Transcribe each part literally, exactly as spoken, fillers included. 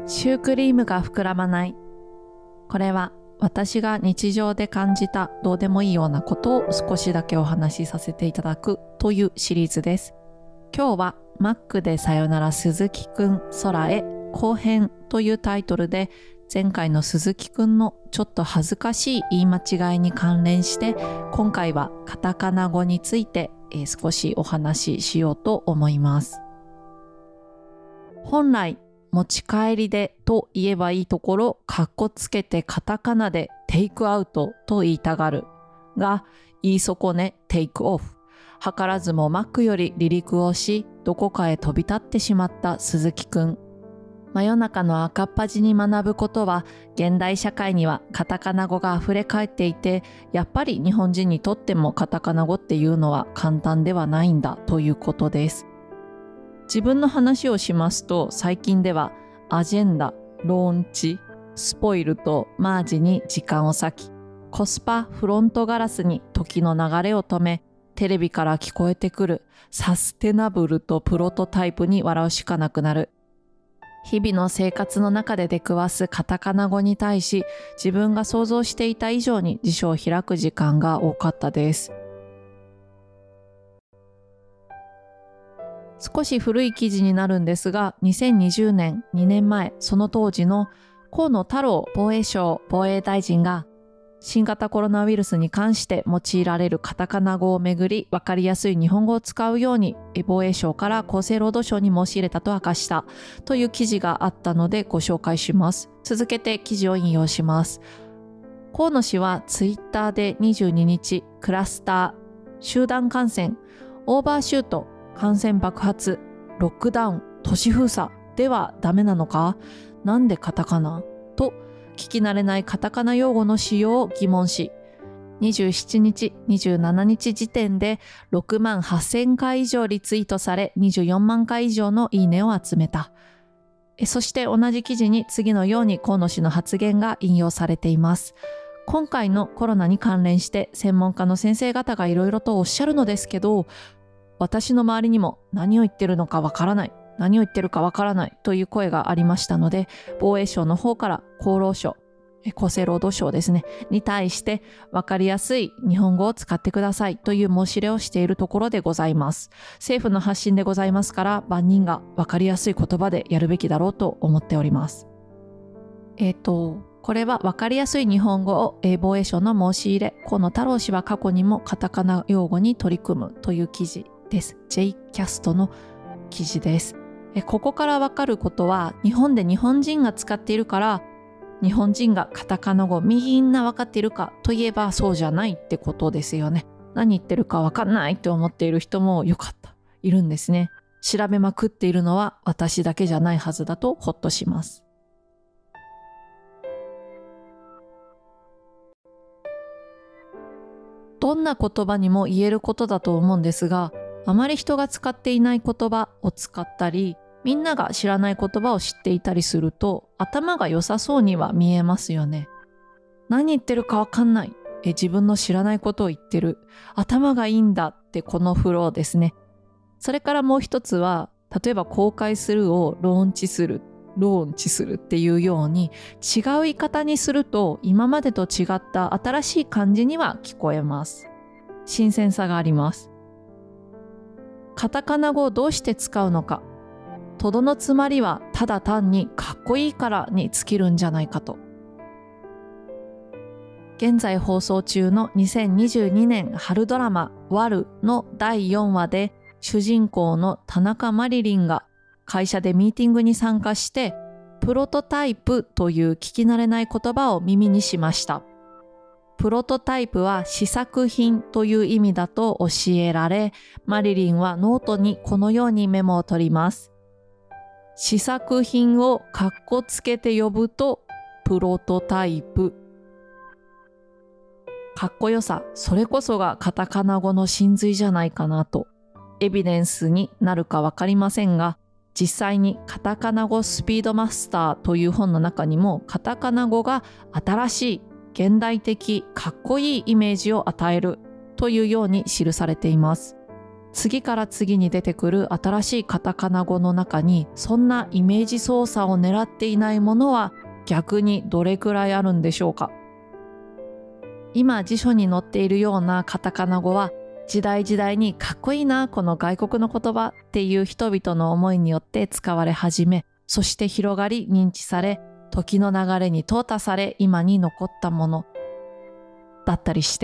シュークリームが膨らまない。これは私が日常で感じたどうでもいいようなことを少しだけお話しさせていただくというシリーズです。今日はマックでさよなら鈴木くん空へ後編というタイトルで、前回の鈴木くんのちょっと恥ずかしい言い間違いに関連して、今回はカタカナ語について、えー、少しお話ししようと思います。本来持ち帰りでと言えばいいところ、かっこつけてカタカナでテイクアウトと言いたがるが、言い損ねテイクオフ。図らずもマックより離陸をし、どこかへ飛び立ってしまった鈴木くん。真夜中の赤っ端に学ぶことは、現代社会にはカタカナ語が溢れ返っていて、やっぱり日本人にとってもカタカナ語っていうのは簡単ではないんだということです。自分の話をしますと、最近ではアジェンダ、ローンチ、スポイルとマージに時間を割き、コスパ、フロントガラスに時の流れを止め、テレビから聞こえてくるサステナブルとプロトタイプに笑うしかなくなる。日々の生活の中で出くわすカタカナ語に対し、自分が想像していた以上に辞書を開く時間が多かったです。少し古い記事になるんですが、にせんにじゅうねん、にねんまえ、その当時の河野太郎防衛省防衛大臣が、新型コロナウイルスに関して用いられるカタカナ語をめぐり、わかりやすい日本語を使うように防衛省から厚生労働省に申し入れたと明かしたという記事があったのでご紹介します。続けて記事を引用します。河野氏はツイッターでにじゅうににち、クラスター、集団感染、オーバーシュート、感染爆発、ロックダウン、都市封鎖ではダメなのか？なんでカタカナ？と聞き慣れないカタカナ用語の使用を疑問し、にじゅうしちにち、にじゅうしちにち時点でろくまんはっせんかい以上リツイートされ、にじゅうよんまんかい以上のいいねを集めた。そして同じ記事に次のように河野氏の発言が引用されています。今回のコロナに関連して専門家の先生方がいろいろとおっしゃるのですけど、私の周りにも何を言ってるのかわからない、何を言ってるかわからないという声がありましたので、防衛省の方から厚労省、厚生労働省ですね、に対してわかりやすい日本語を使ってくださいという申し入れをしているところでございます。政府の発信でございますから、万人がわかりやすい言葉でやるべきだろうと思っております。えっと、これはわかりやすい日本語を防衛省の申し入れ、河野太郎氏は過去にもカタカナ用語に取り組むという記事です。ジェイキャストの記事です。ここからわかることは、日本で日本人が使っているから、日本人がカタカナ語みんなわかっているかといえばそうじゃないってことですよね。何言ってるかわかんないって思っている人もよかった、いるんですね。調べまくっているのは私だけじゃないはずだとほっとします。どんな言葉にも言えることだと思うんですが、あまり人が使っていない言葉を使ったり、みんなが知らない言葉を知っていたりすると、頭が良さそうには見えますよね。何言ってるかわかんない。え、自分の知らないことを言ってる。頭がいいんだってこのフローですね。それからもう一つは、例えば公開するをローンチする、ローンチするっていうように、違う言い方にすると今までと違った新しい感じには聞こえます。新鮮さがあります。カタカナ語をどうして使うのか。とどのつまりはただ単にかっこいいからに尽きるんじゃないかと。現在放送中のにせんにじゅうにねん春ドラマワルのだいよんわで、主人公の田中麻理鈴が会社でミーティングに参加して、プロトタイプという聞き慣れない言葉を耳にしました。プロトタイプは試作品という意味だと教えられ、マリリンはノートにこのようにメモを取ります。試作品をかっこつけて呼ぶとプロトタイプ。かっこよさ、それこそがカタカナ語の真髄じゃないかなと。エビデンスになるかわかりませんが、実際にカタカナ語スピードマスターという本の中にも、カタカナ語が新しい現代的かっこいいイメージを与えるというように記されています。 次から次に出てくる新しいカタカナ語の中にそんなイメージ操作を狙っていないものは逆にどれくらいあるんでしょうか。今辞書に載っているようなカタカナ語は時代時代にかっこいいなこの外国の言葉っていう人々の思いによって使われ始め、そして広がり認知され、時の流れに淘汰され今に残ったものだったりして、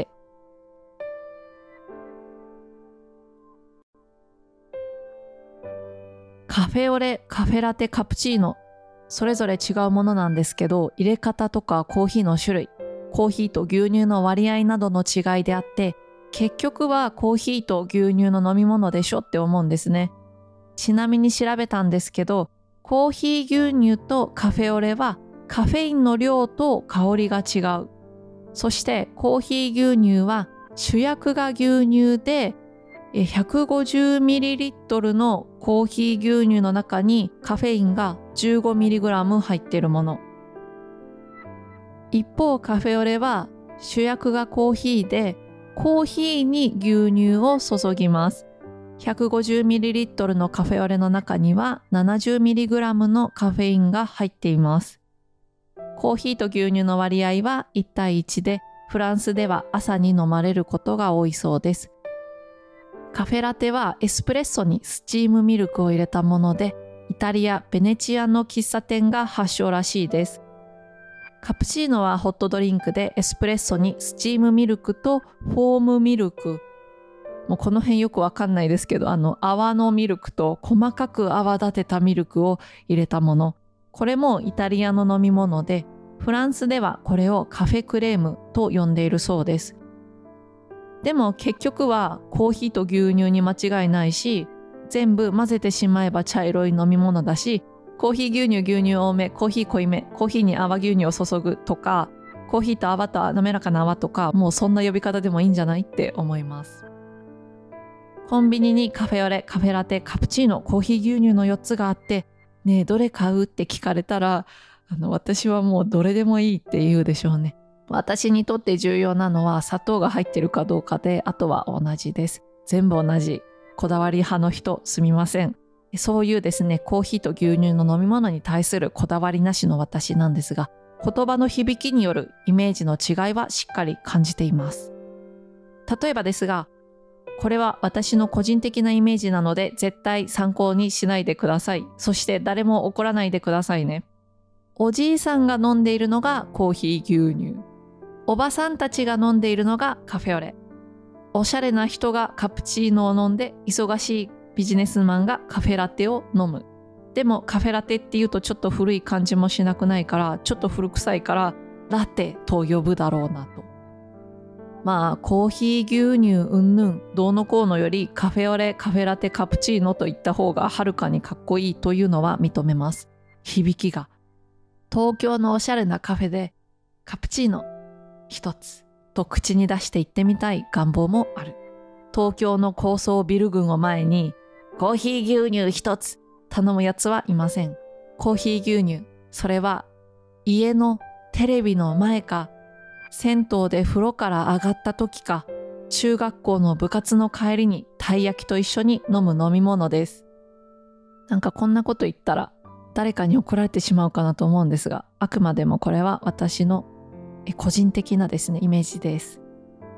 カフェオレ、カフェラテ、カプチーノ、それぞれ違うものなんですけど、入れ方とかコーヒーの種類、コーヒーと牛乳の割合などの違いであって、結局はコーヒーと牛乳の飲み物でしょって思うんですね。ちなみに調べたんですけど、コーヒー牛乳とカフェオレはカフェインの量と香りが違う。そしてコーヒー牛乳は主役が牛乳で ひゃくごじゅうミリリットル のコーヒー牛乳の中にカフェインが じゅうごミリグラム 入っているもの。一方カフェオレは主役がコーヒーでコーヒーに牛乳を注ぎます。ひゃくごじゅうミリリットル のカフェオレの中には ななじゅうミリグラム のカフェインが入っています。コーヒーと牛乳の割合はいち対いちで、フランスでは朝に飲まれることが多いそうです。カフェラテはエスプレッソにスチームミルクを入れたもので、イタリア・ベネチアの喫茶店が発祥らしいです。カプチーノはホットドリンクでエスプレッソにスチームミルクとフォームミルク、もうこの辺よくわかんないですけど、あの泡のミルクと細かく泡立てたミルクを入れたもの。これもイタリアの飲み物で、フランスではこれをカフェクレームと呼んでいるそうです。でも結局はコーヒーと牛乳に間違いないし、全部混ぜてしまえば茶色い飲み物だし、コーヒー牛乳牛乳多め、コーヒー濃いめ、コーヒーに泡牛乳を注ぐとか、コーヒーと泡と滑らかな泡とか、もうそんな呼び方でもいいんじゃないって思います。コンビニにカフェオレ、カフェラテ、カプチーノ、コーヒー牛乳のよっつがあって、ねえどれ買うって聞かれたら、あの私はもうどれでもいいって言うでしょうね。私にとって重要なのは砂糖が入ってるかどうかで、あとは同じです。全部同じ。こだわり派の人すみません。そういうですね、コーヒーと牛乳の飲み物に対するこだわりなしの私なんですが、言葉の響きによるイメージの違いはしっかり感じています。例えばですが、これは私の個人的なイメージなので絶対参考にしないでください。そして誰も怒らないでくださいね。おじいさんが飲んでいるのがコーヒー牛乳。おばさんたちが飲んでいるのがカフェオレ。おしゃれな人がカプチーノを飲んで、忙しいビジネスマンがカフェラテを飲む。でもカフェラテっていうとちょっと古い感じもしなくないから、ちょっと古臭いからラテと呼ぶだろうなと。まあコーヒー牛乳うんぬんどうのこうのよりカフェオレ、カフェラテ、カプチーノといった方がはるかにかっこいいというのは認めます。響きが。東京のおしゃれなカフェでカプチーノ一つと口に出して言ってみたい願望もある。東京の高層ビル群を前にコーヒー牛乳一つ頼むやつはいません。コーヒー牛乳、それは家のテレビの前か、銭湯で風呂から上がった時か、中学校の部活の帰りにたい焼きと一緒に飲む飲み物です。なんかこんなこと言ったら誰かに怒られてしまうかなと思うんですが、あくまでもこれは私の個人的なですね、イメージです。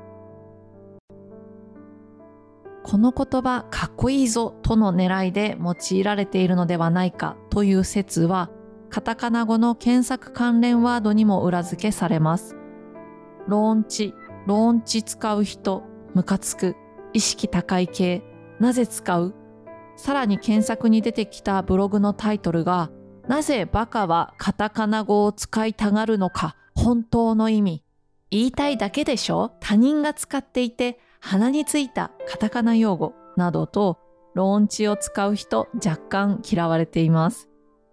この言葉かっこいいぞとの狙いで用いられているのではないかという説は、カタカナ語の検索関連ワードにも裏付けされます。ローンチ、ローンチ使う人、ムカつく、意識高い系、なぜ使う？さらに検索に出てきたブログのタイトルが、なぜバカはカタカナ語を使いたがるのか、本当の意味。言いたいだけでしょ？他人が使っていて鼻についたカタカナ用語などと、ローンチを使う人若干嫌われています。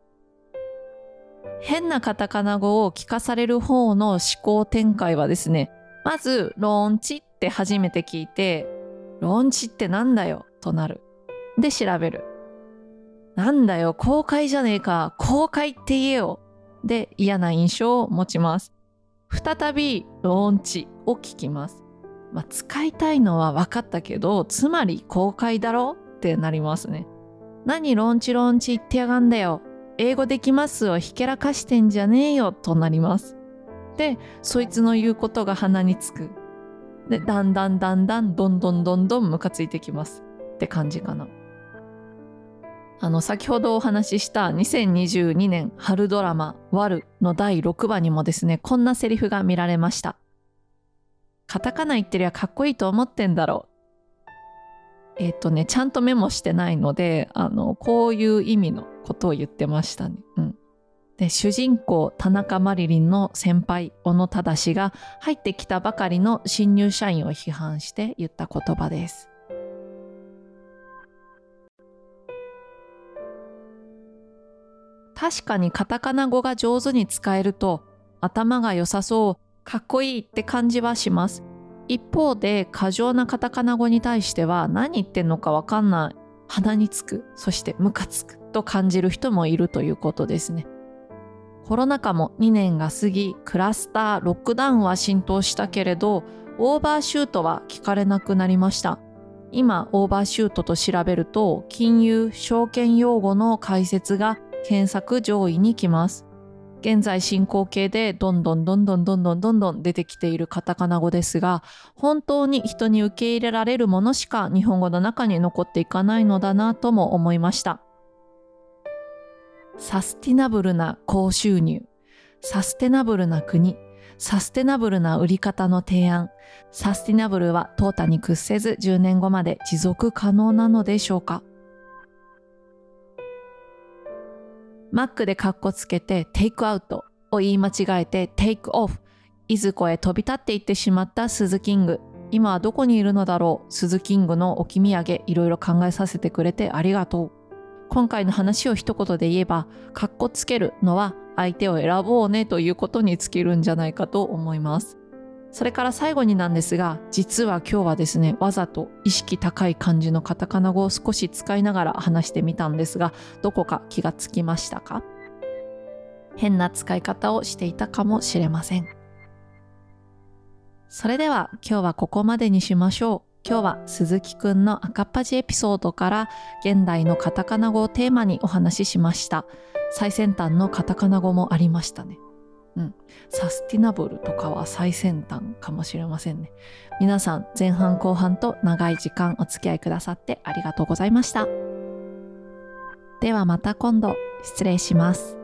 変なカタカナ語を聞かされる方の思考展開はですね、まずローンチって初めて聞いて、ローンチってなんだよとなる。で調べる。なんだよ公開じゃねえか、公開って言えよ。で嫌な印象を持ちます。再びローンチを聞きます。 まあ、使いたいのは分かったけど、つまり公開だろってなりますね。何ロンチロンチ言ってやがんだよ。英語できますをひけらかしてんじゃねえよとなります。で、そいつの言うことが鼻につく。で、だんだんだんだんどんどんどんどんムカついてきますって感じかな。あの、先ほどお話ししたにせんにじゅうにねん春ドラマワルのだいろくわにもですね、こんなセリフが見られました。カタカナ言ってりゃかっこいいと思ってんだろう。えっとね、ちゃんとメモしてないので、あの、こういう意味のことを言ってましたね。うん。で、主人公、田中麻理鈴の先輩、小野忠が入ってきたばかりの新入社員を批判して言った言葉です。確かにカタカナ語が上手に使えると、頭が良さそう、かっこいいって感じはします。一方で過剰なカタカナ語に対しては何言ってんのかわかんない、鼻につく、そしてムカつくと感じる人もいるということですね。コロナ禍もにねんが過ぎ、クラスター、ロックダウンは浸透したけれど、オーバーシュートは聞かれなくなりました。今、オーバーシュートと調べると、金融・証券用語の解説が検索上位に来ます。現在進行形でどんどんどんどんどんどんどんどん出てきているカタカナ語ですが、本当に人に受け入れられるものしか日本語の中に残っていかないのだなとも思いました。サスティナブルな高収入、サステナブルな国、サステナブルな売り方の提案。サスティナブルは淘汰に屈せずじゅうねんごまで持続可能なのでしょうか。Mac でカッコつけて take out を言い間違えて take off、 いずこへ飛び立っていってしまった鈴キング。今はどこにいるのだろう。鈴キングの置き土産、いろいろ考えさせてくれてありがとう。今回の話を一言で言えば、カッコつけるのは相手を選ぼうねということに尽きるんじゃないかと思います。それから最後になんですが、実は今日はですね、わざと意識高い感じのカタカナ語を少し使いながら話してみたんですが、どこか気がつきましたか？変な使い方をしていたかもしれません。それでは今日はここまでにしましょう。今日は鈴木くんの赤っ端エピソードから現代のカタカナ語をテーマにお話ししました。最先端のカタカナ語もありましたね。うん、サスティナブルとかは最先端かもしれませんね。皆さん前半後半と長い時間お付き合いくださってありがとうございました。ではまた今度、失礼します。